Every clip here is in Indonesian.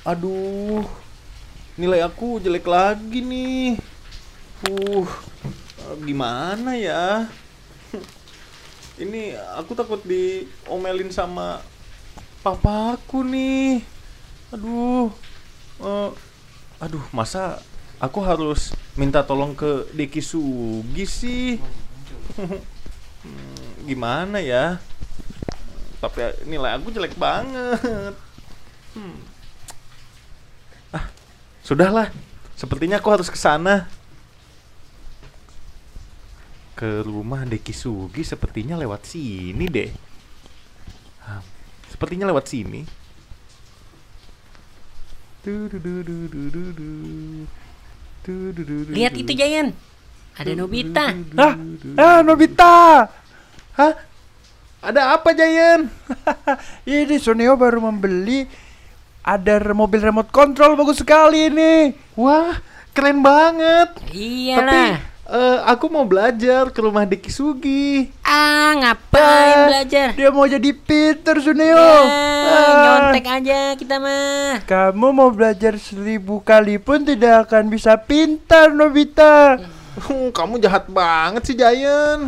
Aduh, nilai aku jelek lagi nih. Gimana ya? Ini aku takut diomelin sama papaku nih. Aduh, masa aku harus minta tolong ke Deki Sugi sih? Gimana ya? Tapi nilai aku jelek banget. Sudahlah, sepertinya aku harus ke sana. Ke rumah Deki Sugi sepertinya lewat sini deh. Sepertinya lewat sini. Lihat itu Jayan, ada Nobita. Nobita. Hah? Ada apa, Jayan? Ini Suneo baru membeli. Ada mobil remote control bagus sekali ini. Wah, keren banget. Iyalah. Tapi aku mau belajar ke rumah Deki Sugi. Ngapain belajar? Dia mau jadi pinter, Suneo. Nyontek aja kita mah. Kamu mau belajar 1000 kali pun tidak akan bisa pintar, Nobita. Kamu jahat banget sih, Jayan.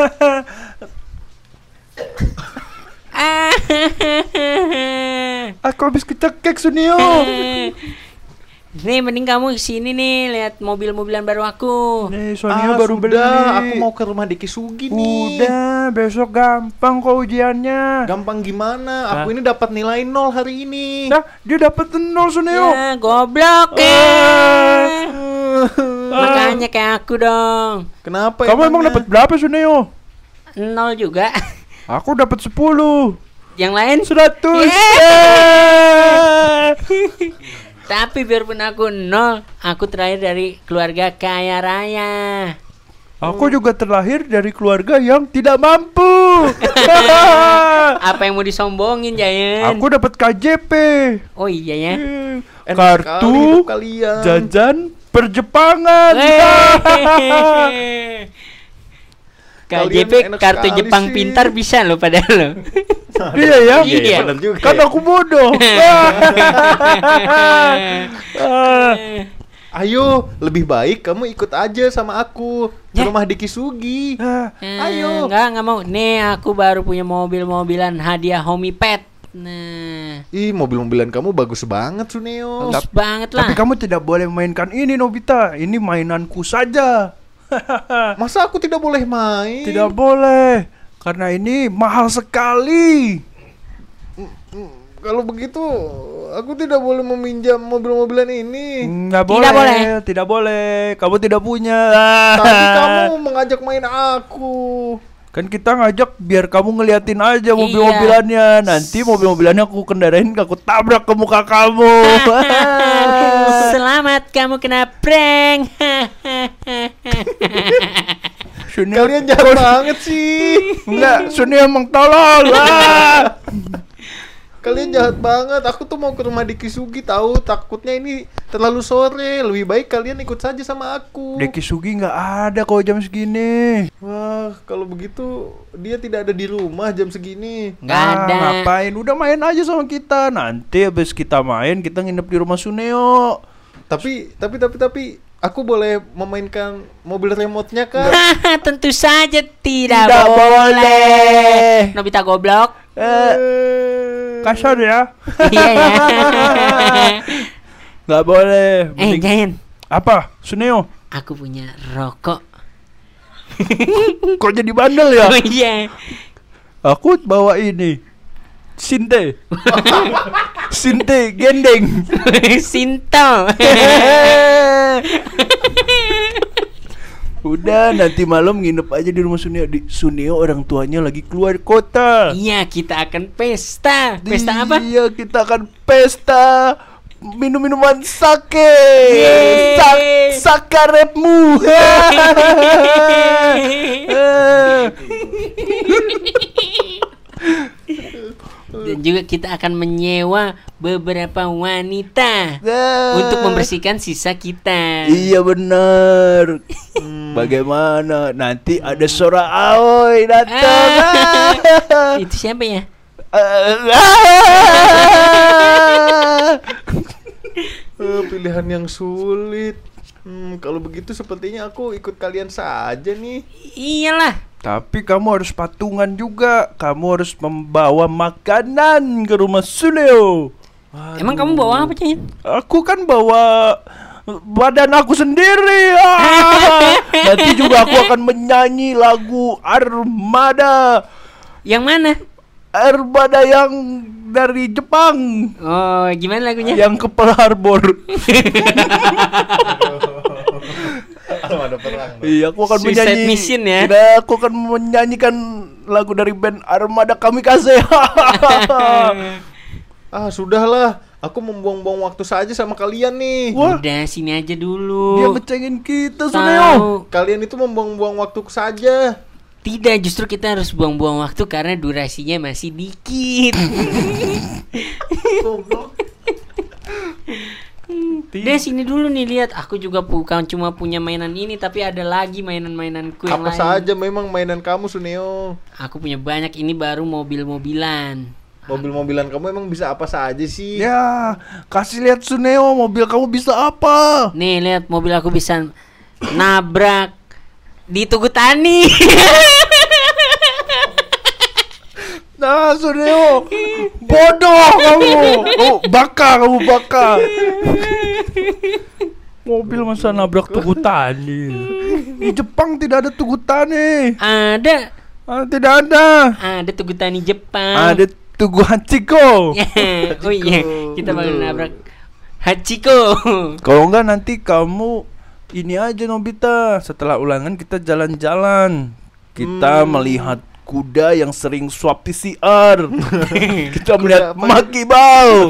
Aku habis kecekek, Suneo. Nih mending kamu kesini nih, lihat mobil-mobilan baru aku. Nih Suneo baru beli. Aku mau ke rumah Deki Sugi nih. Udah, besok gampang kok ujiannya. Gampang gimana? Aku ini dapat nilai 0 hari ini. Nah, dia dapat 0, Suneo. Ya, goblok Makanya kayak aku dong. Kenapa? Kamu emang dapat berapa, Suneo? 0 juga. Aku dapat 10. Yang lain 100. Tapi biarpun aku 0, aku terlahir dari keluarga kaya raya. Aku juga terlahir dari keluarga yang tidak mampu. Apa yang mau disombongin, Jayan? Aku dapat KJP. Oh iya ya. Kartu jajan perjepangan. KJP kartu Jepang sih. Pintar bisa lo padahal lo. Iya ya. Iya. Benar juga. Kan aku bodoh. Ayo, lebih baik kamu ikut aja sama aku ke rumah Deki Sugi. Ayo. Enggak mau. Nih aku baru punya mobil-mobilan hadiah Homipet. Nah. Mobil-mobilan kamu bagus banget, Suneo. Bagus banget lah. Tapi kamu tidak boleh mainkan ini, Nobita. Ini mainanku saja. Masa aku tidak boleh main? Tidak boleh, karena ini mahal sekali. Kalau begitu, aku tidak boleh meminjam mobil-mobilan ini. Tidak boleh. Kamu tidak punya. Tadi kamu mengajak main aku. Kan kita ngajak biar kamu ngeliatin aja mobil-mobilannya. Nanti mobil-mobilannya aku kendarain, aku tabrak ke muka kamu. Selamat kamu kena prank. Kalian jahat banget sih. Enggak, Suni emang tolol. Kalian jahat banget. Aku tuh mau ke rumah Deki Sugi tahu. Takutnya ini terlalu sore. Lebih baik kalian ikut saja sama aku. Deki Sugi nggak ada kalau jam segini. Wah, kalau begitu dia tidak ada di rumah jam segini. Nggak ada. Ngapain? Udah main aja sama kita. Nanti habis kita main, kita nginep di rumah Suneo. Tapi aku boleh memainkan mobil remote-nya kan? Tentu saja tidak boleh. Nobita goblok. Kasar ya. Iya ya. Nggak boleh. Jayan. Apa? Suneo? Aku punya rokok. Kok jadi bandel ya? Oh iya. Aku bawa ini. Sinte. Sinte gendeng. Sinto. Udah, nanti malam nginep aja di rumah Suneo. Suneo orang tuanya lagi keluar kota. Iya, kita akan pesta. Pesta apa? Iya, kita akan pesta minum-minuman sake. Sakarepmu. Dan juga kita akan menyewa beberapa wanita untuk membersihkan sisa kita. Iya benar. Bagaimana? Nanti ada Sora Aoi datang. Itu siapa ya? Pilihan yang sulit. Kalau begitu sepertinya aku ikut kalian saja nih. Iyalah. Tapi kamu harus patungan juga. Kamu harus membawa makanan ke rumah Suneo. Emang kamu bawa apa, Cin? Aku kan bawa badan aku sendiri. Nanti juga aku akan menyanyi lagu Armada. Yang mana? Armada yang dari Jepang. Oh, gimana lagunya? Yang ke Pearl Harbor. Ada perang. Iya, aku akan Suicide menyanyi. Mission ya? Tidak, aku akan menyanyikan lagu dari band Armada Kamikaze. Sudahlah. Aku membuang-buang waktu saja sama kalian nih. Wah, Udah, sini aja dulu. dia mencengin kita, Tahu. Suneo. Kalian itu membuang-buang waktuku saja. Tidak, justru kita harus buang-buang waktu karena durasinya masih dikit. Udah, sini dulu nih, lihat. Aku juga bukan cuma punya mainan ini, tapi ada lagi mainan-mainanku yang Apa lain. saja memang mainan kamu, Suneo? Aku punya banyak, ini baru mobil-mobilan. Mobil-mobilan kamu emang bisa apa saja sih? Ya, kasih lihat Suneo, mobil kamu bisa apa? Nih, lihat, mobil aku bisa nabrak di Tugu Tani. Nah, Suneo, bodoh kamu. Oh, kamu baka. Mobil masa nabrak Tugu Tani? Di Jepang tidak ada Tugu Tani. Ada Tidak ada. Tugu Tani Jepang. Ada Tugu Hachiko. Oh iya, kita bakal nabrak Hachiko. Kalau enggak nanti kamu ini aja, Nobita. Setelah ulangan kita jalan-jalan. Kita melihat kuda yang sering swab PCR. Kita melihat apa? Makibau.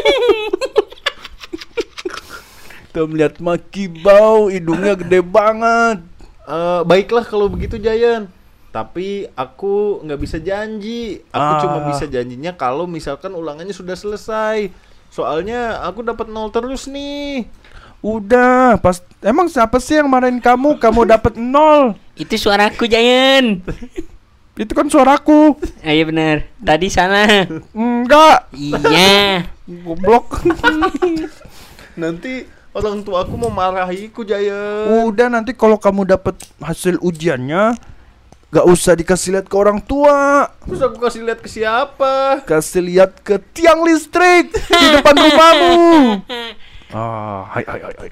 Kita melihat Makibau, hidungnya gede banget. Baiklah kalau begitu, Jayan. Tapi aku nggak bisa janji. Aku cuma bisa janjinya kalau misalkan ulangannya sudah selesai. Soalnya aku dapat 0 terus nih. Udah, emang siapa sih yang marahin kamu? Kamu dapat 0. Itu suaraku, Jayan. Itu kan suaraku. Iya benar. Tadi salah. Enggak. Iya. Goblok. Nanti orang tua aku mau marahiku, Jayan. Udah, nanti kalau kamu dapat hasil ujiannya, gak usah dikasih lihat ke orang tua. Terus aku kasih lihat ke siapa? Kasih lihat ke tiang listrik di depan rumahmu. Hai.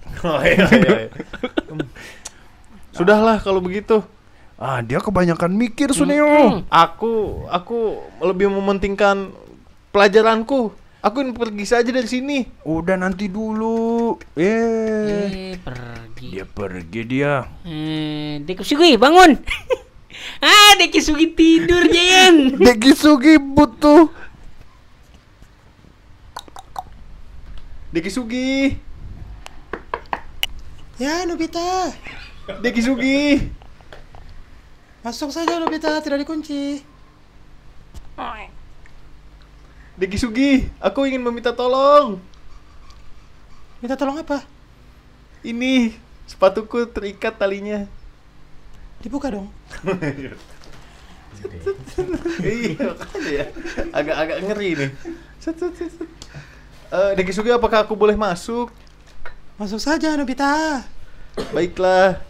Sudahlah kalau begitu. Dia kebanyakan mikir, Suneo. Aku lebih mementingkan pelajaranku. Aku ingin pergi saja dari sini. Udah, nanti dulu. Pergi. Dia pergi dia. Dekisugi, bangun. Dekisugi tidur, Jayan. Dekisugi butuh. Dekisugi. Ya, Nobita. Dekisugi. Masuk saja, Nobita. Tidak dikunci. Dekisugi, aku ingin meminta tolong. Minta tolong apa? Ini sepatuku terikat talinya. Dibuka dong. Iya, makanya ya. Agak ngeri nih. Dekisugi, apakah aku boleh masuk? Masuk saja, Nobita. Baiklah.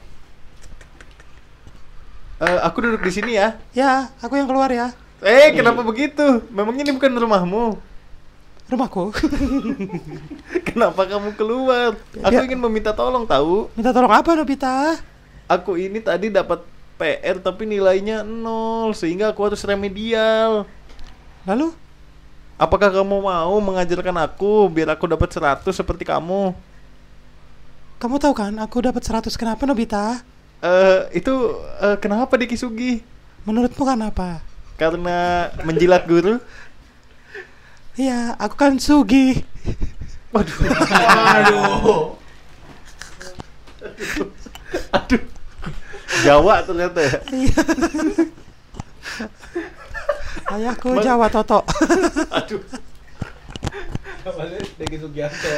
Aku duduk di sini ya. Ya, aku yang keluar ya. Kenapa begitu? Memangnya ini bukan rumahmu? Rumahku. Kenapa kamu keluar? Aku ingin meminta tolong, tahu? Minta tolong apa, Nobita? Aku ini tadi dapat PR tapi nilainya 0, sehingga aku harus remedial. Lalu? Apakah kamu mau mengajarkan aku biar aku dapat 100 seperti kamu? Kamu tahu kan, aku dapat 100. Kenapa, Nobita? Itu kenapa, Dekisugi? Menurutmu kan apa? Karena menjilat guru? Iya, aku kan Sugi. Waduh. Aduh. Jawa ternyata ya. Ayahku Jawa Toto. Aduh. Deki Sugianto.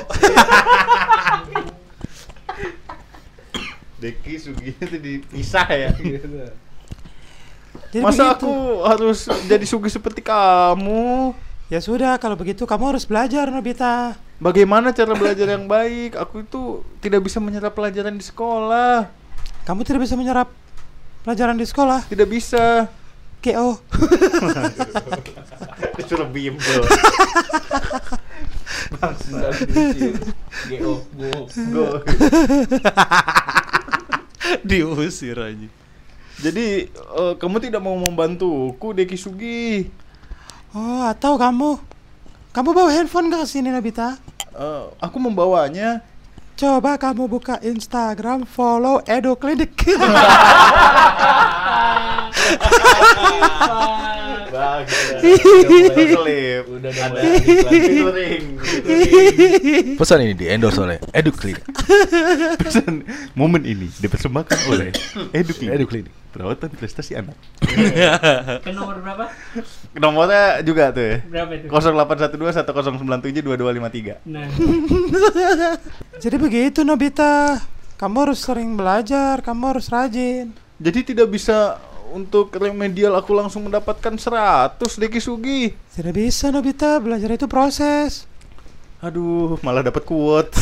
Deki Sugi itu dipisah ya. Jadi Masa begitu. aku harus jadi Sugi seperti kamu? Ya sudah, kalau begitu kamu harus belajar, Nobita. Bagaimana cara belajar yang baik? Aku itu tidak bisa menyerap pelajaran di sekolah. Kamu tidak bisa menyerap pelajaran di sekolah. Tidak bisa. GO. Disuruh bimbel. Go. Diusir aja. Jadi kamu tidak mau membantuku, Deki Sugi? Oh, atau kamu bawa handphone gak kesini, Nobita? Aku membawanya. Coba kamu buka Instagram, follow Edu Klinik. Udah ada Pesan ini di endorse oleh EduClinic. pesan momen ini dipersembahkan oleh EduClinic. Perawatan prestasi anak. Ke nomor berapa? Nomornya juga tuh ya. Berapa itu? 0812 1097 2253. Nah, Jadi begitu, Nobita. Kamu harus sering belajar, kamu harus rajin. Jadi tidak bisa untuk remedial aku langsung mendapatkan 100, Deki Sugi. Tidak bisa, Nobita. Belajar itu proses. Aduh, malah dapat quote.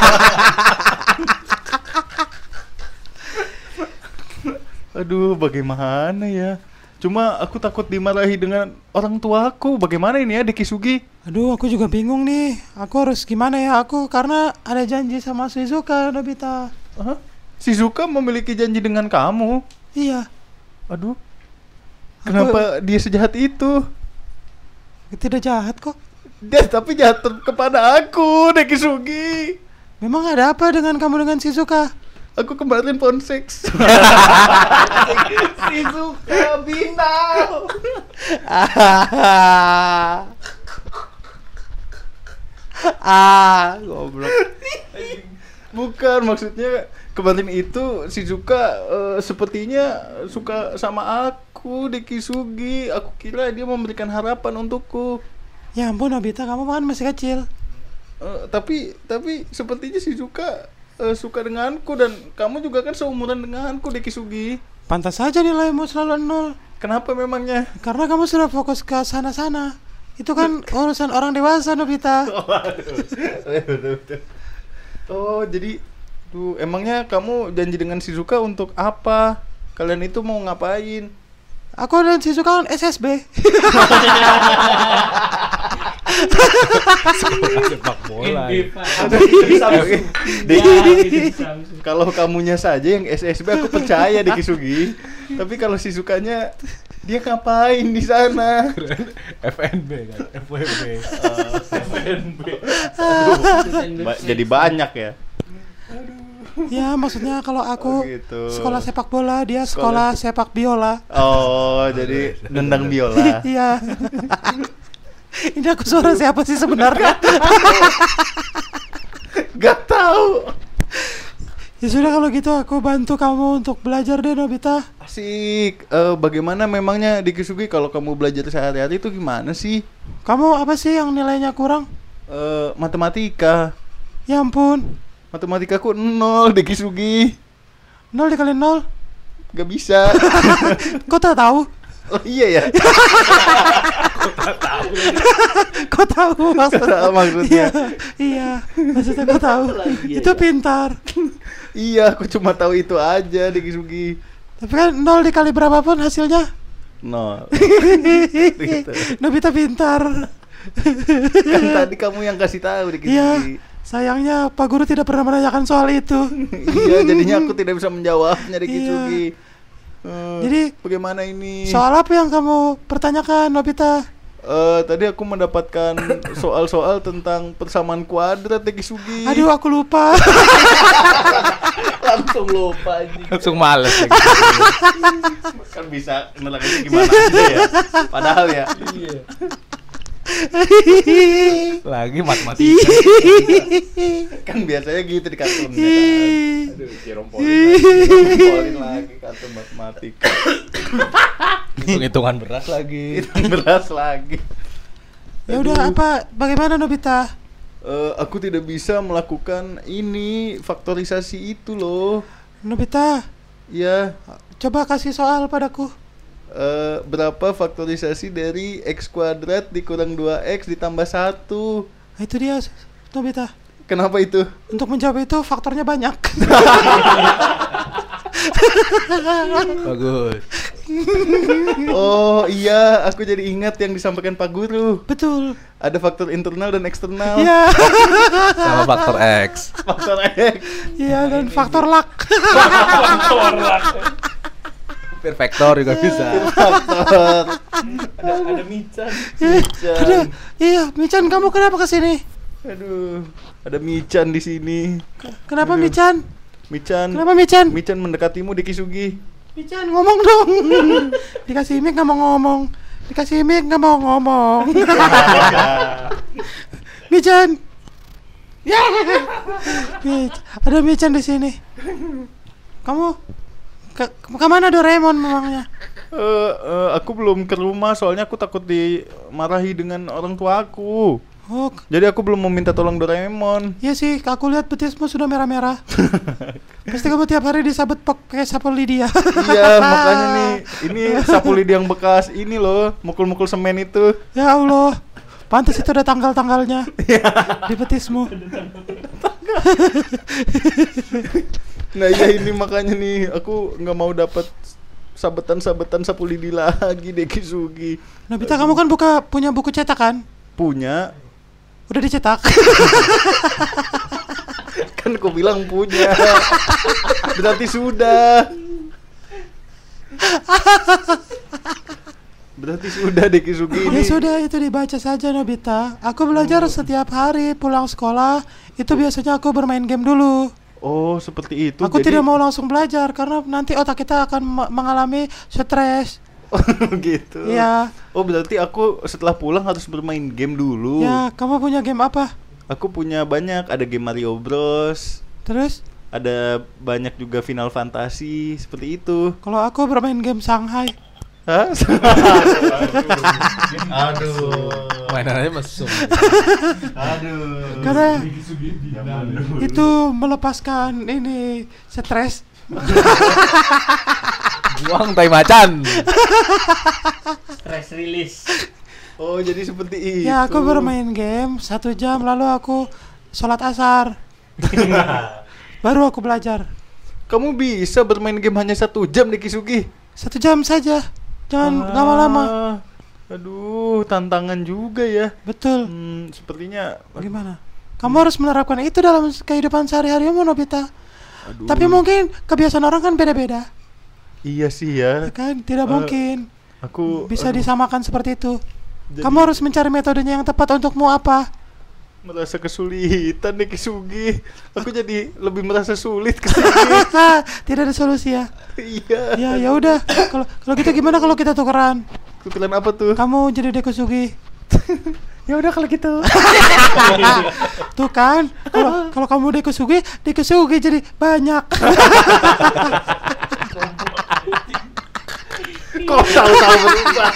Aduh, bagaimana ya? Cuma aku takut dimarahi dengan orang tuaku. Bagaimana ini ya, Deki Sugi? Aduh, aku juga bingung nih. Aku harus gimana ya? Aku karena ada janji sama Shizuka, Nobita. Hah? Shizuka memiliki janji dengan kamu? Iya. Aduh, kenapa dia sejahat itu? Tidak jahat kok. Dia tapi jahat kepada aku, Deki Sugi. Memang ada apa dengan kamu dengan Shizuka? Aku kemarin phone sex. Shizuka binal. Goblok. Bukan, maksudnya kemarin itu Shizuka sepertinya suka sama aku, Deki Sugi. Aku kira dia memberikan harapan untukku. Ya ampun, Nobita, kamu kan masih kecil. Tapi sepertinya Shizuka suka denganku dan kamu juga kan seumuran denganku, Deki Sugi. Pantas saja nilaimu selalu 0. Kenapa memangnya? Karena kamu sudah fokus ke sana-sana. Itu kan urusan orang dewasa, Nobita. Oh, jadi tuh emangnya kamu janji dengan Shizuka untuk apa? Kalian itu mau ngapain? Aku dan Shizuka kan SSB. Sepak bola. Kalau kamunya saja yang SSB aku percaya, Deki Sugi. Tapi kalau Shizukanya, dia ngapain di sana? FNB kan, FWB. FNB. Jadi banyak ya. Ya, maksudnya kalau aku gitu. sekolah sepak bola, dia sekolah sepak biola. Oh, jadi nendang biola. Iya. Ini aku suara siapa sih sebenarnya? Gak tahu. Ya sudah, kalau gitu aku bantu kamu untuk belajar deh, Nobita. Asik. Bagaimana memangnya Deki Sugi kalau kamu belajar sehari-hari itu gimana sih? Kamu apa sih yang nilainya kurang? Matematika. Ya ampun. Matematikaku 0, Deki Sugi. 0 dikali 0. Gak bisa. Kok tak tahu? Oh iya ya. Kok tahu maksudnya? Maksudnya. Iya, maksudnya kok tahu. Itu pintar. Iya, aku cuma tahu itu aja, Deki Sugi. Tapi kan 0 dikali berapapun hasilnya 0. Gitu. Nobita pintar. Kan tadi kamu yang kasih tahu, Deki Iya. Sugi. Sayangnya Pak Guru tidak pernah menanyakan soal itu. Iya, jadinya aku tidak bisa menjawabnya, Deki Iya. Sugi. Jadi bagaimana ini? soal apa yang kamu pertanyakan, Nobita? Tadi aku mendapatkan soal-soal tentang persamaan kuadrat, Deki Sugi. Aduh, aku lupa. Langsung lupa aja. Langsung males lagi. Kan bisa nerangnya gimana aja ya. Padahal ya. Iya. Lagi matematika. Kan biasanya gitu di kartun ya kan. Aduh, jerompolin lagi kartun matematika. Hitung-hitungan beras lagi. Itu beras lagi. Ya udah, apa? Bagaimana, Nobita? Aku tidak bisa melakukan ini faktorisasi itu loh. Nobita, Ya, coba kasih soal padaku. berapa faktorisasi dari x kuadrat dikurang 2x ditambah 1? Nah, itu dia. Nobita. Kenapa itu? Untuk menjawab itu faktornya banyak. Bagus. Oh iya, aku jadi ingat yang disampaikan Pak Guru. Betul. Ada faktor internal dan eksternal. Iya. Sama faktor X. Faktor X. Iya, dan faktor luck. Perfektor juga bisa. Faktor. Ada Michan. Aduh, iya, Michan kamu kenapa kesini? Aduh, ada Michan di sini. Kenapa Michan? Michan. Kenapa Michan? Michan mendekatimu di Kisugi. Michan ngomong dong. Dikasih mic nggak mau ngomong. Dikasih mic nggak mau ngomong. Michan. Ya. Ada Michan di sini. Kamu kemana Doraemon memangnya? Aku belum ke rumah soalnya aku takut dimarahi dengan orang tua aku. Oh, Jadi aku belum meminta tolong Doraemon. iya sih, aku lihat betismu sudah merah-merah. Pasti kamu tiap hari disabet pakai sapu lidi ya. Iya, makanya nih, ini sapu lidi yang bekas ini loh, mukul-mukul semen itu. Ya Allah, pantas itu ada tanggal-tanggalnya di betismu. Nah iya ini makanya nih, aku nggak mau dapat sabetan-sabetan sapu lidi lagi deh Kisugi. Nobita, kamu kan punya buku cetak kan? Punya. Udah dicetak. Kan aku bilang punya. Berarti sudah. Berarti sudah deh Kisugi Ya ini. sudah, itu dibaca saja Nobita. Aku belajar setiap hari pulang sekolah. Itu biasanya aku bermain game dulu. Oh seperti itu. Aku Jadi- tidak mau langsung belajar karena nanti otak kita akan mengalami stres. Oh gitu. Iya. Oh berarti aku setelah pulang harus bermain game dulu. Ya, kamu punya game apa? Aku punya banyak. Ada game Mario Bros. Terus Ada banyak juga Final Fantasy seperti itu. kalau aku bermain game Shanghai. Hah? Aduh. Mainannya mesum. Aduh. Karena itu melepaskan ini stres. Buang tai macan. Stress release. Oh jadi seperti itu. Ya, aku bermain game 1 jam lalu aku sholat asar. Baru aku belajar. Kamu bisa bermain game hanya 1 jam di Kisugi? 1 jam saja. Jangan lama-lama. Aduh, tantangan juga ya. Betul. Sepertinya. Bagaimana? Kamu harus menerapkan itu dalam kehidupan sehari-harimu, Nobita. Aduh. Tapi mungkin kebiasaan orang kan beda-beda. Iya sih ya. Ya kan? Tidak mungkin Aku bisa disamakan seperti itu. Jadi- Kamu harus mencari metodenya yang tepat untukmu apa? merasa kesulitan di Kisugi. Aku jadi lebih merasa sulit kesini. Tidak ada solusi ya. Iya. Ya, ya udah. Kalau gitu gimana kalau kita tukeran? Tukeran apa tuh? Kamu jadi Dekusugi. Ya udah kalau gitu. Tuh kan, kalau kamu Dekusugi jadi banyak. Kok tahu-tahu berubah?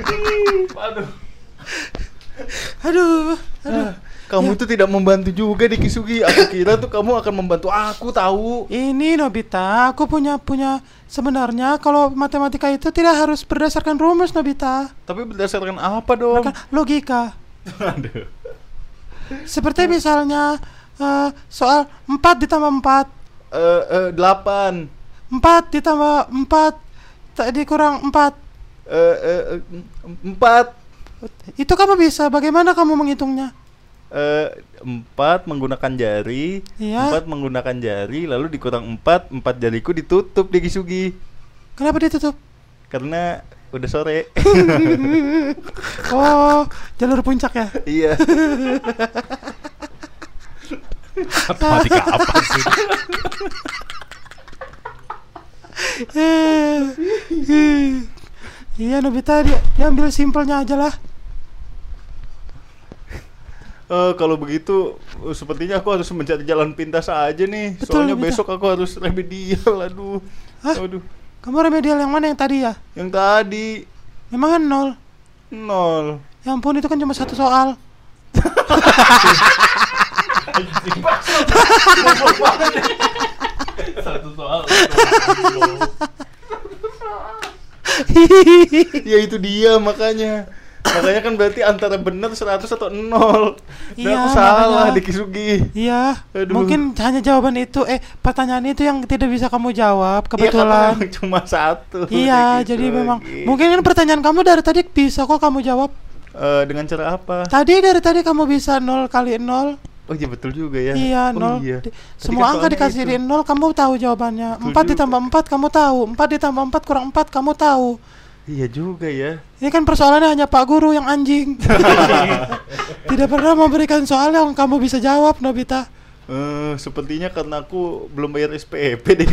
Aduh. Kamu tuh tidak membantu juga di Kisugi. Aku kira tuh kamu akan membantu aku tahu. Ini Nobita, aku punya sebenarnya kalau matematika itu tidak harus berdasarkan rumus, Nobita. Tapi berdasarkan apa dong? Kan logika. Aduh. Seperti misalnya soal 4 ditambah 4, 8. 4 ditambah 4 dikurang 4. 4. Itu kamu bisa, bagaimana kamu menghitungnya? 4 menggunakan jari. Iya. 4 menggunakan jari lalu dikurang 4 jariku ditutup di Kisugi. Kenapa ditutup? Karena udah sore. Oh, jalur puncak ya? Iya. Matematika apa sih? Iya Nobita, dia ambil simpelnya aja lah. Kalau begitu sepertinya aku harus mencari jalan pintas aja nih. Betul, Soalnya Bita. besok aku harus remedial. Aduh. Hah? Aduh. Kamu remedial yang mana, yang tadi ya? Yang tadi Memang kan 0. 0. Ya ampun, itu kan cuma 1 soal. Satu soal. Ya itu dia makanya. Makanya kan berarti antara benar 100 atau 0. Dan Iya, aku salah makanya. di Kisugi. Iya, Aduh. mungkin hanya jawaban itu, pertanyaan itu yang tidak bisa kamu jawab Iya, kebetulan. karena cuma 1. Iya, jadi memang mungkin kan pertanyaan kamu dari tadi bisa kok kamu jawab. Dengan cara apa? Dari tadi kamu bisa 0 kali 0. Oh iya betul juga ya. Iya, Oh, 0. iya. Semua Tadi kan angka soalnya dikasih itu. di 0, kamu tahu jawabannya. Betul 4 juga. ditambah 4 kamu tahu. 4 ditambah 4 kurang 4 kamu tahu. Iya juga ya. Ini kan persoalannya hanya Pak Guru yang anjing. Tidak pernah memberikan soal yang kamu bisa jawab, Nobita. Sepertinya karena aku belum bayar SPP deh.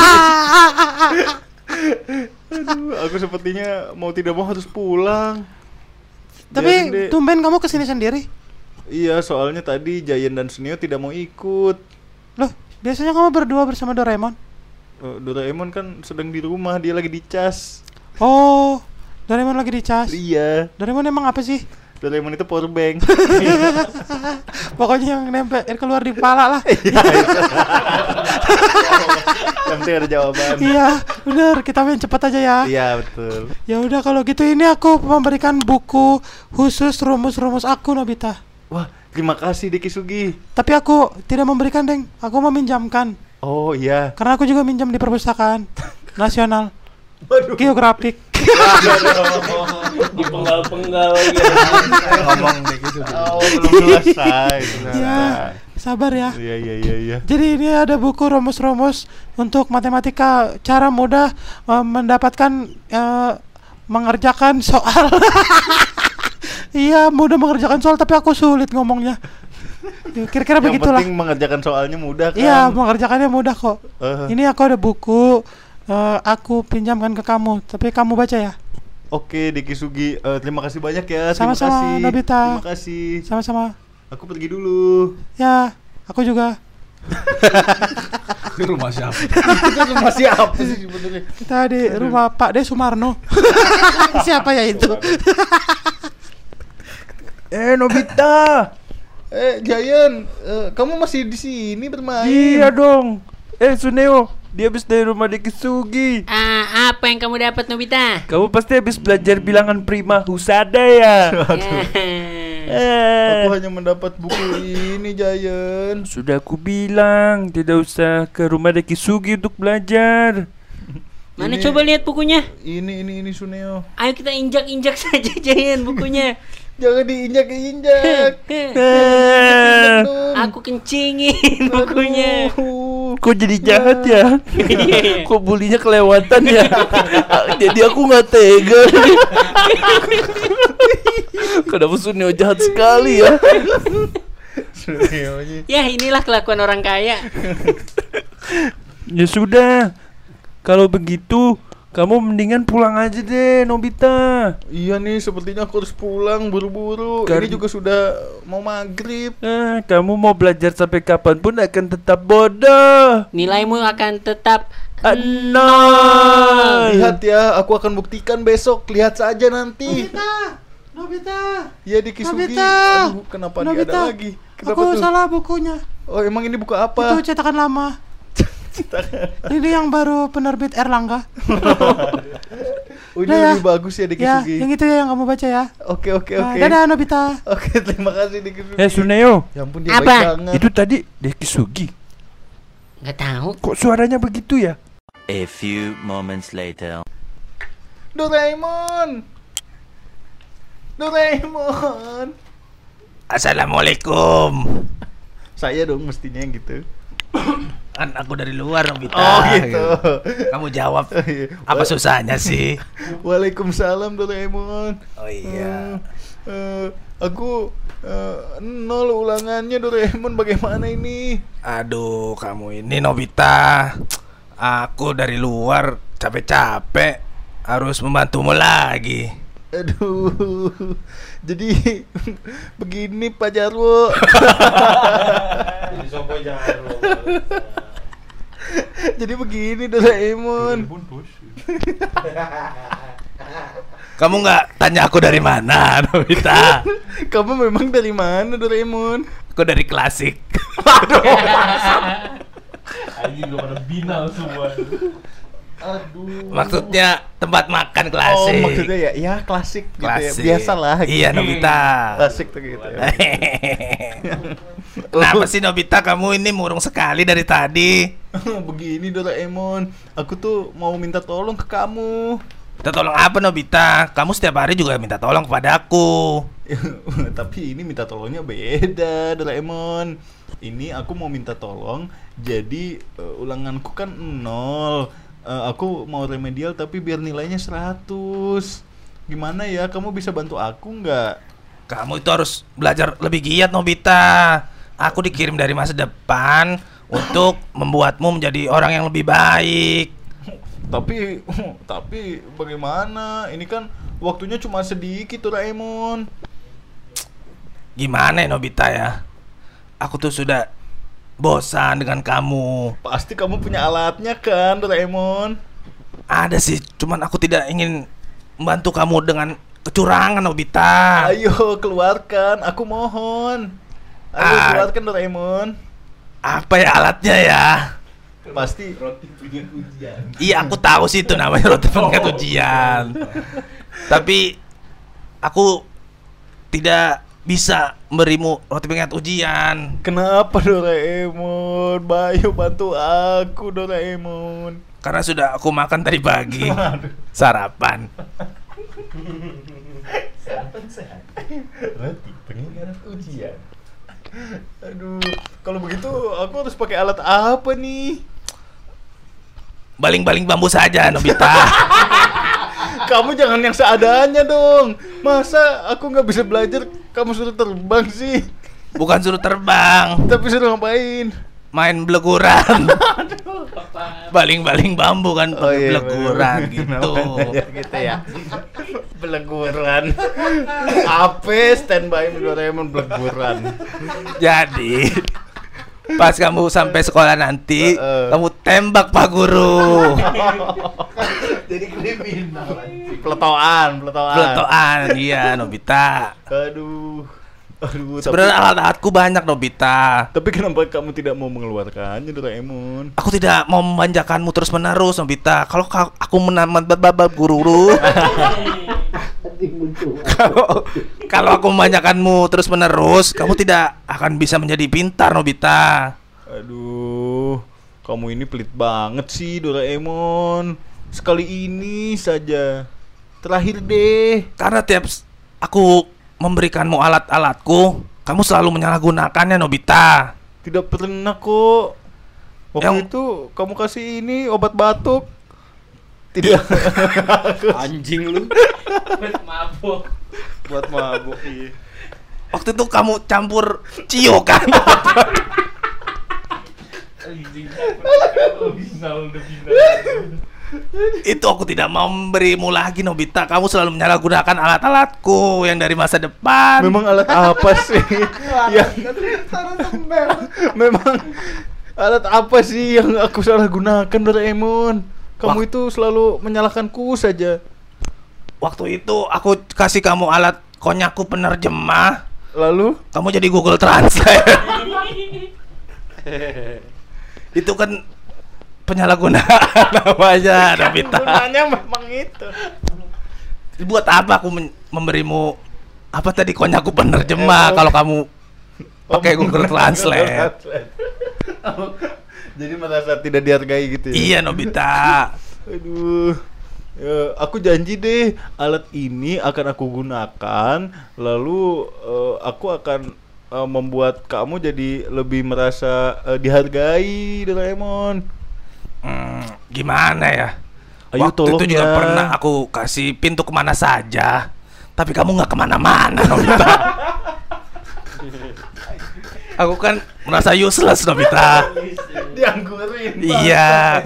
Aduh, aku sepertinya mau tidak mau harus pulang. Biarin Tapi deh. tumben kamu kesini sendiri. Iya, soalnya tadi Giant dan Suneo tidak mau ikut. Loh, biasanya kamu berdua bersama Doraemon. Doraemon kan sedang di rumah, dia lagi dicas. Oh, Doraemon lagi dicas. Iya, Doraemon emang apa sih? Doraemon itu power bank. Pokoknya yang nempel keluar di kepala lah. Yang penting ada jawaban. Iya, bener. Kita main cepat aja ya. Iya, betul. Ya udah kalau gitu ini aku memberikan buku khusus rumus-rumus aku, Nobita. Wah, terima kasih Deki Sugi. Tapi aku tidak memberikan, Deng. Aku meminjamkan. Oh iya. Karena aku juga minjam di perpustakaan nasional Waduh. geografik. Dipenggal-penggal gitu. Ngomong deh gitu. Oh, belum selesai. Ya, sabar ya. Iya, iya, iya, iya. Jadi ini ada buku rumus-rumus untuk matematika, cara mudah mendapatkan mengerjakan soal. Iya, mudah mengerjakan soal tapi aku sulit ngomongnya. Ya, kira-kira Yang begitulah. penting mengerjakan soalnya mudah kan. Iya, mengerjakannya mudah kok. Eh, Ini aku ada buku, aku pinjamkan ke kamu, tapi kamu baca ya. Oke, Deki Sugi. Terima kasih banyak ya. Sama-sama, Terima kasih. Nobita. Terima kasih. Sama-sama. Aku pergi dulu. Ya, aku juga. Di rumah siapa? Itu masih apa sih sebenarnya? Kita di rumah Pak De Sumarno. Siapa ya itu? Nobita. Giant, kamu masih di sini bermain? Iya dong. Suneo, dia habis dari rumah Deki Sugi. Apa yang kamu dapat, Nobita? Kamu pasti habis belajar bilangan prima husada ya. Aku hanya mendapat buku ini, Giant. Sudah aku bilang tidak usah ke rumah Deki Sugi untuk belajar. Mana Ini- coba lihat bukunya? Ini Suneo. Ayo kita injak-injak saja Jayan bukunya. Jangan diinjak-injak. Aku kencingin bukunya. Kok jadi jahat ya? Kok bulinya kelewatan ya? Jadi aku nggak tega. Kenapa Suneo jahat sekali ya? Suneonya. Ya inilah kelakuan orang kaya. Ya sudah. Kalau begitu, kamu mendingan pulang aja deh, Nobita. Iya nih, sepertinya aku harus pulang buru-buru. Ini juga sudah mau maghrib. Kamu mau belajar sampai kapanpun akan tetap bodoh. Nilaimu akan tetap Nol. Lihat ya, aku akan buktikan besok. Lihat saja nanti. Nobita. Ya di Kisugi. Nobita. Aduh, kenapa dia Nobita. ada lagi? Kenapa Aku tuh? salah bukunya. Oh, emang ini buku apa? Itu cetakan lama. Ini yang baru penerbit Erlangga. Oh, ini Udah ya. lebih bagus ya di Ya, Kisugi. yang itu ya yang kamu baca ya. Oke, oke, Nah, oke. dadah Nobita. Oke, terima kasih di Kisugi. Suneo, Ya ampun, dia Apa? baik banget. itu tadi Deki Sugi. nggak tahu. Kok suaranya begitu ya? A few moments later. Doraemon. Doraemon. Assalamualaikum. Saya dong mestinya yang gitu. Kan aku dari luar, Nobita. Oh, gitu. Kamu jawab. Iya. Apa susahnya sih? Waalaikumsalam Doraemon. Oh iya. Aku 0 ulangannya Doraemon, bagaimana ini? Aduh, kamu ini Nobita. Aku dari luar capek-capek harus membantumu lagi. Aduh. Jadi begini Pak Jarwo. Jadi begini Doraemon. Kamu nggak tanya aku dari mana, Nobita? Kamu memang dari mana Doraemon? Aku dari klasik. Aduh. Maksudnya tempat makan Oh, klasik. maksudnya ya klasik gitu ya. Klasik. Biasalah gitu. Iya, Nobita. Klasik tuh gitu ya. Kenapa sih Nobita, kamu ini murung sekali dari tadi? Begini Doraemon, aku tuh mau minta tolong ke kamu. Minta tolong apa Nobita? Kamu setiap hari juga minta tolong kepada aku. Tapi ini minta tolongnya beda Doraemon. Ini aku mau minta tolong. Jadi ulanganku kan 0. Aku mau remedial tapi biar nilainya 100. Gimana ya? Kamu bisa bantu aku nggak? Kamu itu harus belajar lebih giat Nobita. Aku dikirim dari masa depan untuk membuatmu menjadi orang yang lebih baik. Tapi bagaimana? Ini kan waktunya cuma sedikit Doraemon. Gimana ya Nobita ya? Aku tuh sudah bosan dengan kamu. Pasti kamu punya alatnya kan Doraemon? Ada sih, cuman aku tidak ingin membantu kamu dengan kecurangan Nobita. Ayo keluarkan, aku mohon. Ayo keluarkan Doraemon. Apa ya alatnya ya? Pasti Iya, aku tahu sih itu namanya roti pengingat ujian. Tapi aku tidak bisa memberimu roti pengingat ujian. Kenapa Doraemon? Bayu bantu aku Doraemon. Karena sudah aku makan tadi pagi. Sarapan. Roti pengingat ujian. Aduh, kalau begitu aku harus pakai alat apa nih? Baling-baling bambu saja Nobita. Kamu jangan yang seadanya dong. Masa aku nggak bisa belajar, kamu suruh terbang sih? Bukan suruh terbang, Tapi suruh ngapain? main beleguran. Baling-baling bambu kan pakai beleguran gitu. Gitu ya. Beleguran. Apa standby Doraemon beleguran? Jadi pas kamu sampai sekolah nanti, kamu tembak Pak Guru. Jadi kriminal. Peletoan. Peletoan, iya Nobita. Aduh. Sebenarnya alat-alatku banyak Nobita. Tapi kenapa kamu tidak mau mengeluarkannya Doraemon? Aku tidak mau memanjakanmu terus-menerus Nobita. Kalau aku babab guru. Kalau aku memanjakanmu terus-menerus, kamu tidak akan bisa menjadi pintar Nobita. Aduh, kamu ini pelit banget sih Doraemon. Sekali ini saja. Terakhir deh. Karena tiap aku memberikanmu alat-alatku, kamu selalu menyalahgunakannya Nobita. Tidak pernah kok. Waktu Yang- itu kamu kasih ini obat batuk. Tidak. Anjing lu. Mabuk. Buat mabuk. Iya. Waktu itu kamu campur cio kan? Itu aku tidak mau memberimu lagi Nobita. Kamu selalu menyalahgunakan alat-alatku yang dari masa depan. Memang alat apa sih? yang Memang alat apa sih yang aku salah gunakan Doraemon? Kamu itu selalu menyalahkanku saja. Waktu itu aku kasih kamu alat konyakku penerjemah. Lalu Kamu jadi Google Translate. Itu kan penyalahgunaan namanya Nobita. gunanya memang itu. Buat apa aku memberimu apa tadi konyakku penerjemah kalau kamu pakai Google Translate? Jadi merasa tidak dihargai gitu ya? Iya Nobita. Aduh. Ya, aku janji deh alat ini akan aku gunakan. Lalu aku akan membuat kamu jadi lebih merasa dihargai Doraemon. Gimana ya? Ayo Waktu tolong itu juga ya. pernah aku kasih pintu kemana saja, tapi kamu nggak kemana-mana Nobita. Aku kan merasa useless Nobita. Dianggurin. Iya.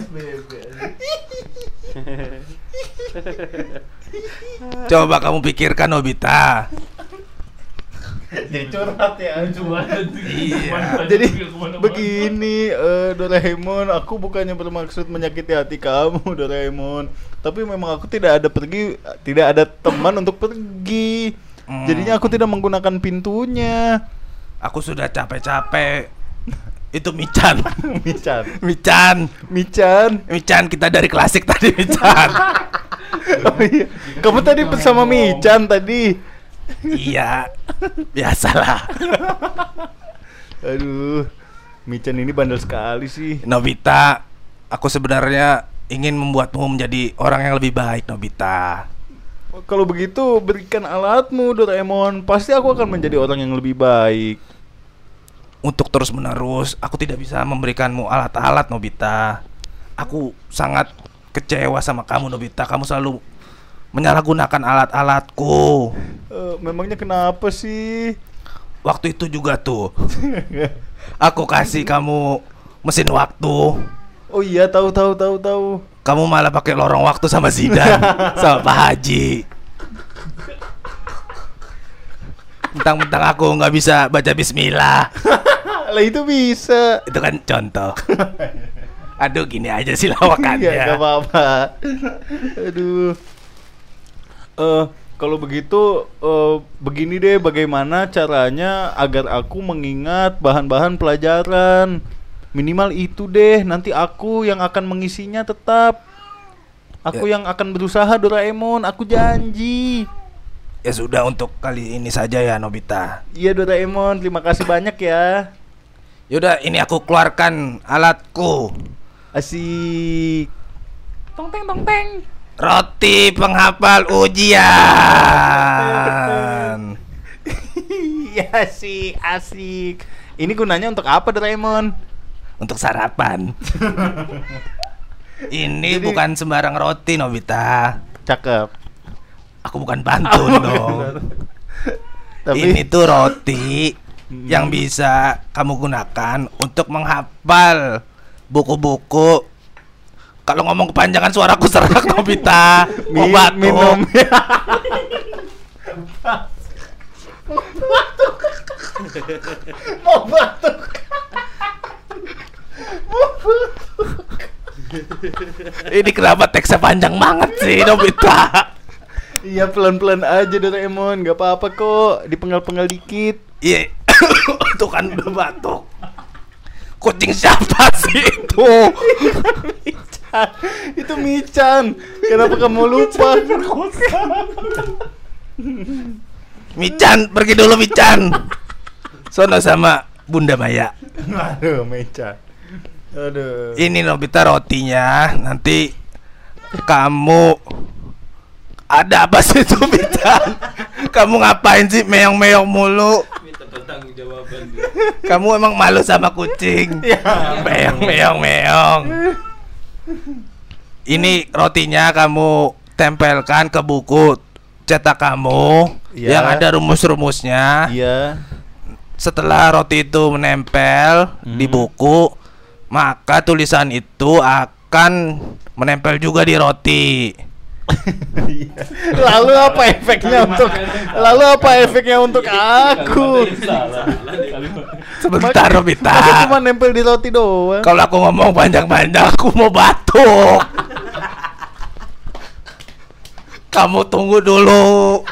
Coba kamu pikirkan Nobita. Jadi curhat ya. Iya. Jadi begini Doraemon, aku bukannya bermaksud menyakiti hati kamu Doraemon, tapi memang aku tidak ada teman untuk pergi. Jadinya aku tidak menggunakan pintunya. Aku sudah capek-capek Itu Michan. Michan. Michan. Michan. Michan, kita dari klasik tadi Michan. Oh iya. Kamu tadi bersama Michan tadi. Iya. Biasalah. Aduh. Michan ini bandel sekali sih. Nobita, aku sebenarnya ingin membuatmu menjadi orang yang lebih baik, Nobita. Kalau begitu berikan alatmu, Doraemon. Pasti aku akan menjadi orang yang lebih baik. Untuk terus menerus, aku tidak bisa memberikanmu alat-alat, Nobita. Aku sangat kecewa sama kamu, Nobita. Kamu selalu menyalahgunakan alat-alatku. Memangnya kenapa sih? Waktu itu juga tuh, aku kasih kamu mesin waktu. Oh iya, tahu. Kamu malah pakai lorong waktu sama Zidan, sama Pak Haji. Mentang-mentang aku nggak bisa baca Bismillah. Lah itu bisa. Itu kan contoh. Aduh, gini aja sih lawakannya. Iya, gak apa-apa. Aduh. Kalau begitu, begini deh, bagaimana caranya agar aku mengingat bahan-bahan pelajaran. Minimal itu deh, nanti aku yang akan mengisinya tetap. Aku yang akan berusaha, Doraemon, aku janji. Ya sudah, untuk kali ini saja ya, Nobita. Iya, Doraemon, terima kasih banyak ya. Yaudah, ini aku keluarkan alatku. Asik. Tong teng. Roti penghafal ujian. Iya sih, asik. Ini gunanya untuk apa, Doraemon? Untuk sarapan. Ini bukan sembarang roti, Nobita. Cakep. Aku bukan pantun dong. Ini tuh roti yang bisa kamu gunakan untuk menghafal buku-buku. Kalau ngomong kepanjangan suaraku serak, Nobita. Mau batuk. Minum. Mau batuk. Ini kenapa teksnya panjang banget sih, Nobita? Iya, pelan-pelan aja, Doraemon, gak apa-apa kok. Dipenggal-penggal dikit. Iya. Itu kan udah batuk. Kucing siapa sih itu? Michan. Itu Michan. Kenapa kamu lupa? Michan, pergi dulu Michan. Sono sama Bunda Maya. Aduh, Michan. Aduh. Ini Nobita rotinya. Nanti kamu ada apa sih itu, Michan? Kamu ngapain sih meong-meong mulu? Minta pertanggung jawaban. Kamu emang malu sama kucing? Ya. Meong. Ini rotinya kamu tempelkan ke buku cetak kamu yang ada rumus-rumusnya. Iya. Setelah roti itu menempel di buku, maka tulisan itu akan menempel juga di roti. Lalu apa efeknya untuk aku? Sebentar, Nobita. Aku cuma nempel di roti doang. Kalau aku ngomong panjang-panjang, aku mau batuk. Kamu tunggu dulu.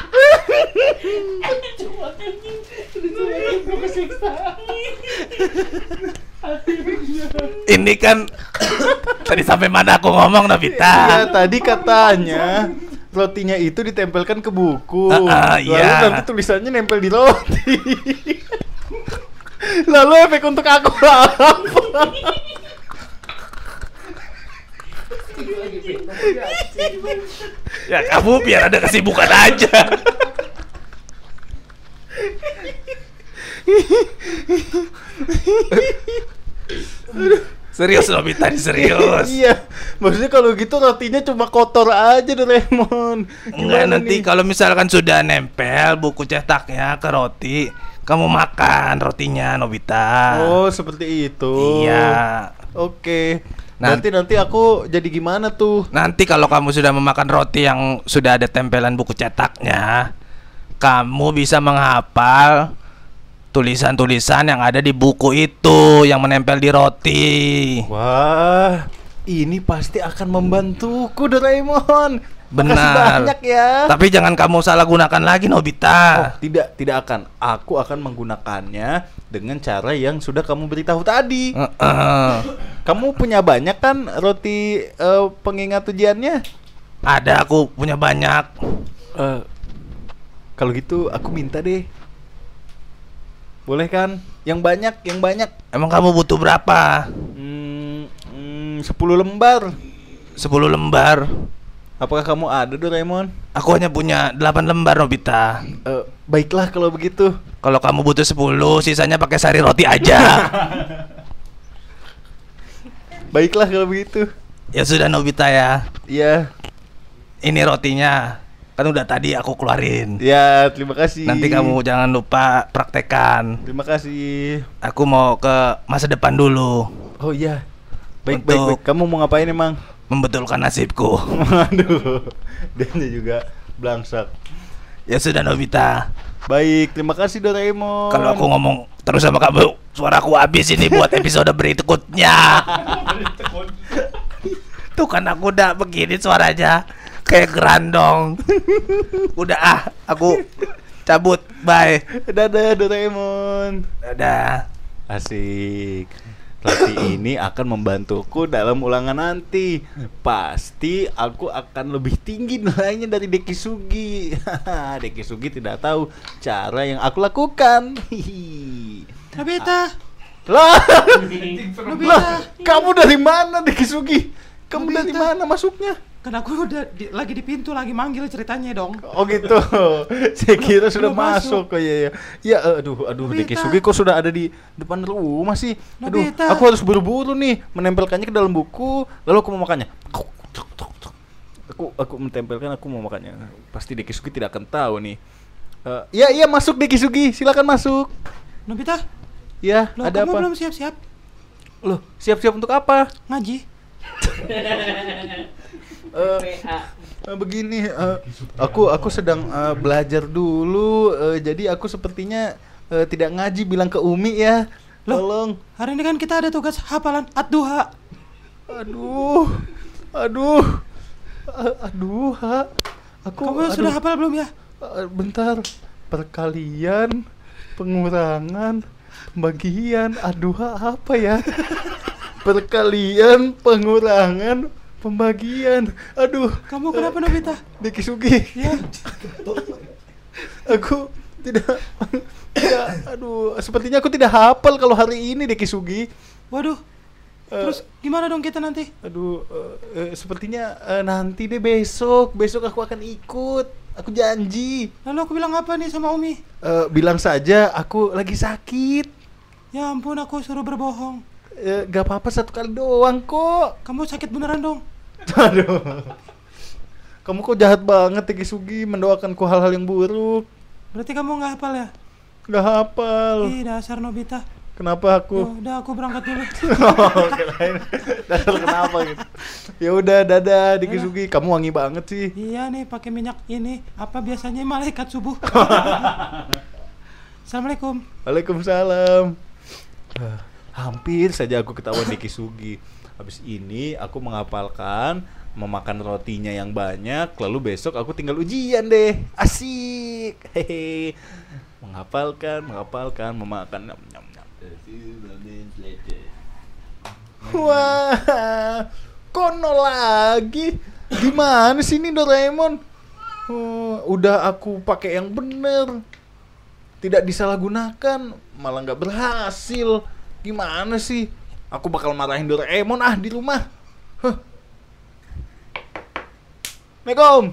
Ini kan tadi sampai mana aku ngomong, Nobita? Iya, tadi katanya rotinya itu ditempelkan ke buku. Lalu iya. nanti tulisannya nempel di roti. Lalu efek untuk aku apa? Ya kamu biar ada kesibukan aja. Serius, Nobita, serius. Iya, maksudnya kalau gitu rotinya cuma kotor aja, Doraemon. Enggak, nanti kalau misalkan sudah nempel buku cetaknya ke roti, kamu makan rotinya, Nobita. Oh, seperti itu. Iya. Oke. Nanti aku jadi gimana tuh? Nanti kalau kamu sudah memakan roti yang sudah ada tempelan buku cetaknya, kamu bisa menghafal tulisan-tulisan yang ada di buku itu yang menempel di roti. Wah, Ini pasti akan membantuku Doraemon. Makasih Benar. banyak ya. Tapi jangan kamu salah gunakan lagi Nobita. Tidak akan. Aku akan menggunakannya dengan cara yang sudah kamu beritahu tadi. Kamu punya banyak kan roti pengingat ujiannya? Ada, aku punya banyak. Kalau gitu aku minta deh. Boleh kan? Yang banyak. Emang kamu butuh berapa? 10 lembar. 10 lembar. Apakah kamu ada Doraemon? Aku hanya punya 8 lembar Nobita. Baiklah kalau begitu. Kalau kamu butuh 10, sisanya pakai sari roti aja. Baiklah kalau begitu. Ya sudah Nobita ya. Iya. Ini rotinya. Kan udah tadi aku keluarin. Ya, terima kasih. Nanti kamu jangan lupa praktekan. Terima kasih. Aku mau ke masa depan dulu. Oh iya. Baik. Untuk- Kamu mau ngapain emang? Membetulkan nasibku. Aduh. Dia juga blangsak. Ya sudah Nobita. Baik, terima kasih Doraemon. Kalau aku ngomong terus sama kamu, suaraku habis ini buat episode berikutnya. Tuh kan aku udah begini suaranya kayak gerandong. Udah aku cabut. Bye. Dadah Doraemon. Dadah. Asik. Roti ini akan membantuku dalam ulangan nanti. Pasti aku akan lebih tinggi nilainya dari Deki Sugi. Deki Sugi tidak tahu cara yang aku lakukan. Hihi. Nobita, Lah, Nobita. kamu dari mana Deki Sugi? Kamu dari mana masuknya? Kan aku udah lagi di pintu lagi manggil ceritanya dong. Oh gitu. Saya kira sudah Belum masuk. Oh iya. Ya, aduh Deki Nobita. Sugi kok sudah ada di depan rumah sih? Aduh, Nobita. aku harus buru-buru nih menempelkannya ke dalam buku, lalu aku mau makannya. Aku mentempelkan, aku mau makannya. Pasti Deki Sugi tidak akan tahu nih. Iya masuk Deki Sugi, silakan masuk. Nobita, Ya, loh, ada kamu apa? belum siap-siap Loh, siap-siap untuk apa? ngaji? Begini, aku sedang belajar dulu, jadi aku sepertinya tidak ngaji, bilang ke Umi ya. Loh? Tolong. Hari ini kan kita ada tugas hafalan Ad-Duha. Aduh, ha. Kamu sudah hafal belum ya? Bentar. Perkalian, pengurangan, pembagian, apa ya? Perkalian, pengurangan, pembagian. Aduh, Kamu kenapa Nobita? Deki Sugi. Ya, Aku tidak, aduh, sepertinya aku tidak hafal kalau hari ini Deki Sugi. waduh. Terus gimana dong kita nanti? Aduh, sepertinya nanti deh besok aku akan ikut. Aku janji. Lalu aku bilang apa nih sama Umi? Bilang saja aku lagi sakit. Ya ampun, aku suruh berbohong. Gak apa-apa, satu kali doang kok. Kamu sakit beneran dong? Aduh. Kamu kok jahat banget Deki Sugi, mendoakanku hal-hal yang buruk. Berarti kamu nggak hafal ya? Gak hafal. Ih, dasar Nobita. Kenapa aku? Udah aku berangkat dulu. Oh, kirain dasar kenapa gitu. Ya udah, dadah Deki Sugi. Kamu wangi banget sih. Iya nih, pakai minyak ini. Apa biasanya malaikat subuh? Assalamualaikum. Waalaikumsalam. Hampir saja aku ketahuan Deki Sugi. Habis ini aku menghafalkan, memakan rotinya yang banyak, lalu besok aku tinggal ujian deh. Asik. Hehe. Menghafalkan, memakan. Nyam, nyam, nyam. Wah, kono lagi. Gimana sih ini Doraemon? Udah aku pakai yang bener, tidak disalahgunakan, malah nggak berhasil. Gimana sih? Aku bakal marahin Doraemon di rumah. Assalamualaikum.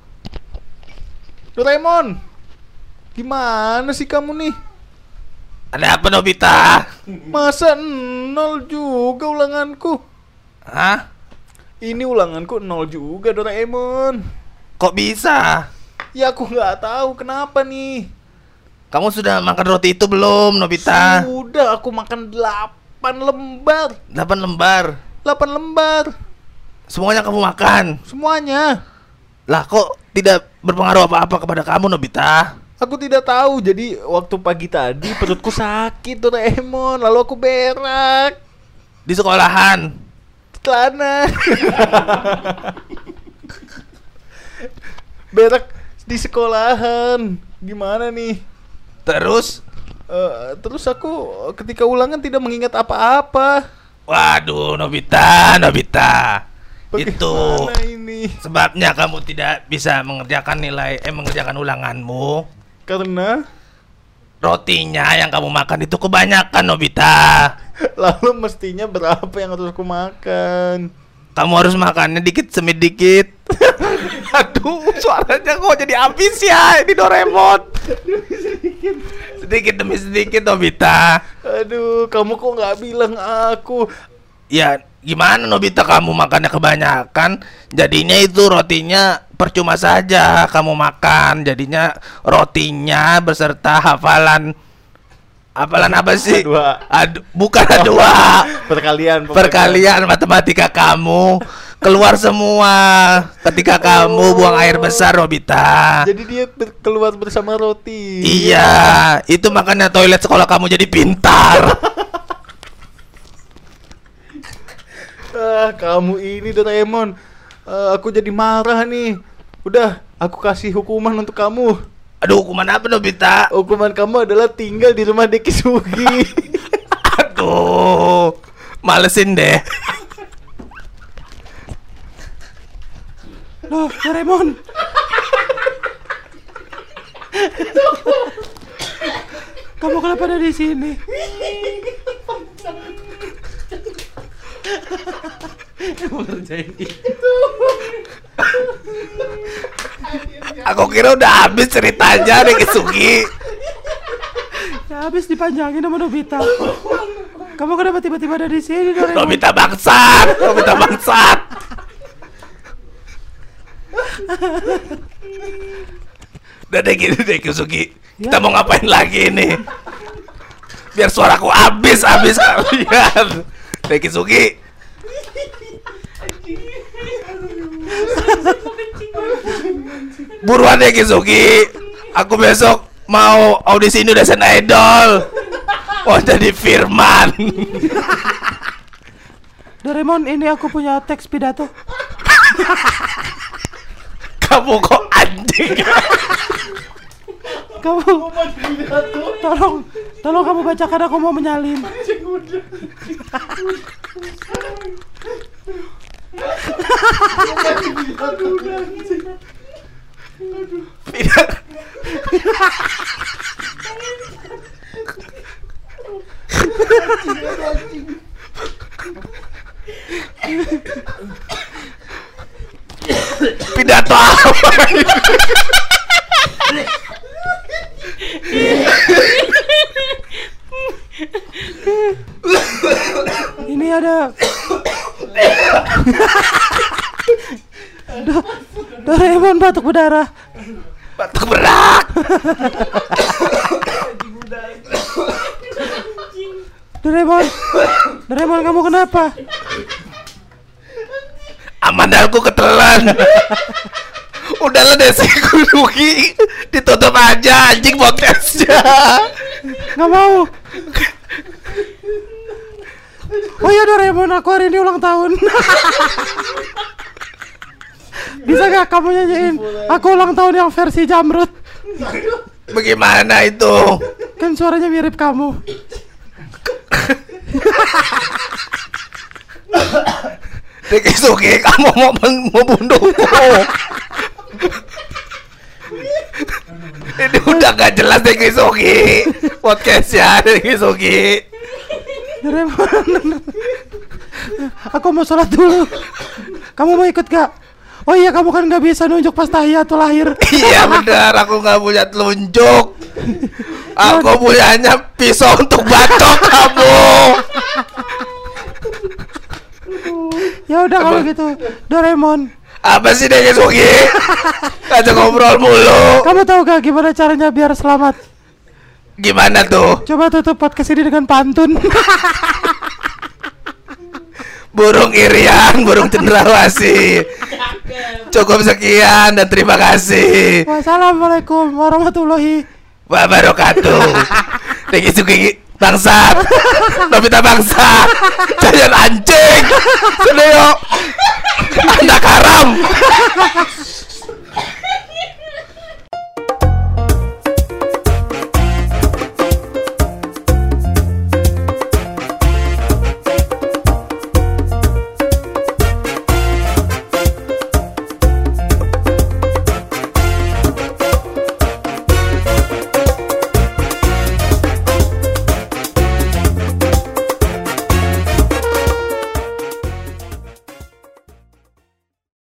Doraemon, gimana sih kamu nih? Ada apa Nobita? Masa 0 juga ulanganku? Hah? Ini ulanganku 0 juga Doraemon. Kok bisa? Ya aku nggak tahu kenapa nih. Kamu sudah makan roti itu belum Nobita? Sudah, aku makan 8 lembar. 8 lembar. 8 lembar. Semuanya kamu makan? Semuanya. Lah kok tidak berpengaruh apa-apa kepada kamu Nobita? Aku tidak tahu. Jadi waktu pagi tadi perutku sakit Doraemon, lalu aku berak. Di sekolahan? celana. Berak di sekolahan. Gimana nih? Terus? Terus aku ketika ulangan tidak mengingat apa-apa. Waduh, Nobita. Itu Bagaimana ini? sebabnya kamu tidak bisa mengerjakan ulanganmu. Karena Rotinya yang kamu makan itu kebanyakan, Nobita. lalu mestinya berapa yang harus aku makan? Kamu harus makannya dikit demi dikit. Aduh, suaranya kok jadi habis ya ini Doraemon. Sedikit demi sedikit, Nobita. Aduh, kamu kok nggak bilang aku? Ya, gimana Nobita, kamu makannya kebanyakan, jadinya itu rotinya percuma saja kamu makan. Jadinya rotinya beserta hafalan apa sih? Bukan A2. Perkalian matematika kamu keluar semua ketika kamu buang air besar, Nobita. Jadi dia keluar bersama roti. Iya, itu makanya toilet sekolah kamu jadi pintar. Kamu ini Doraemon. Aku jadi marah nih. Udah, aku kasih hukuman untuk kamu. Aduh, hukuman apa, Nobita? Hukuman kamu adalah tinggal di rumah Dekisugi. Aduh, malesin deh. Loh, Doraemon. Kamu kenapa ada di sini? Mau ngerjain itu. Aku kira udah habis ceritanya nih, Kisugi. Ya habis dipanjangin sama Nobita. Kamu kenapa tiba-tiba ada di sini, Doraemon? Nobita bangsat. Udah deh gini deh, Kisugi. Kita mau ngapain lagi nih? Biar suaraku habis kalian. Deh, Kisugi. Buruan deh, Kisugi. Aku besok mau audisi Indonesian Idol. Mau jadi Firman. Doraemon, ini aku punya teks pidato. Kamu kok anjing? Kamu tolong kamu bacakan, aku mau menyalin. Pidato apa ini? Ini ada Doraemon batuk berdarah. Batuk berak. Doraemon, kamu kenapa? Amandalku ketelan. Udahlah deh, Kisugi, ditutup aja anjing podcastnya. Nggak mau. Oh ya Doraemon, aku hari ini ulang tahun. Bisa gak kamu nyanyiin aku ulang tahun yang versi Jamrut? Bagaimana itu? Kan suaranya mirip kamu. Kisugi, kamu mau membunuhku. Ini udah gak jelas deh, Kisugi. Podcastnya Kisugi. Doraemon, aku mau sholat dulu. Kamu mau ikut gak? Oh iya, kamu kan gak bisa nunjuk pas tahiyatul lahir. Iya benar, aku gak punya telunjuk. Aku punyanya pisau untuk bacok kamu. Ya udah kalau gitu, Doraemon. Apa sih deh, Kisugi? Ngajak ngobrol mulu. Kamu tahu gak gimana caranya biar selamat? Gimana tuh? Coba tutup podcast ini dengan pantun. Burung irian, burung cendrawasih. Cukup sekian dan terima kasih. Wassalamualaikum warahmatullahi wabarakatuh. Kisugi bangsat. Nobita bangsat. Jangan anjing. Sedeo.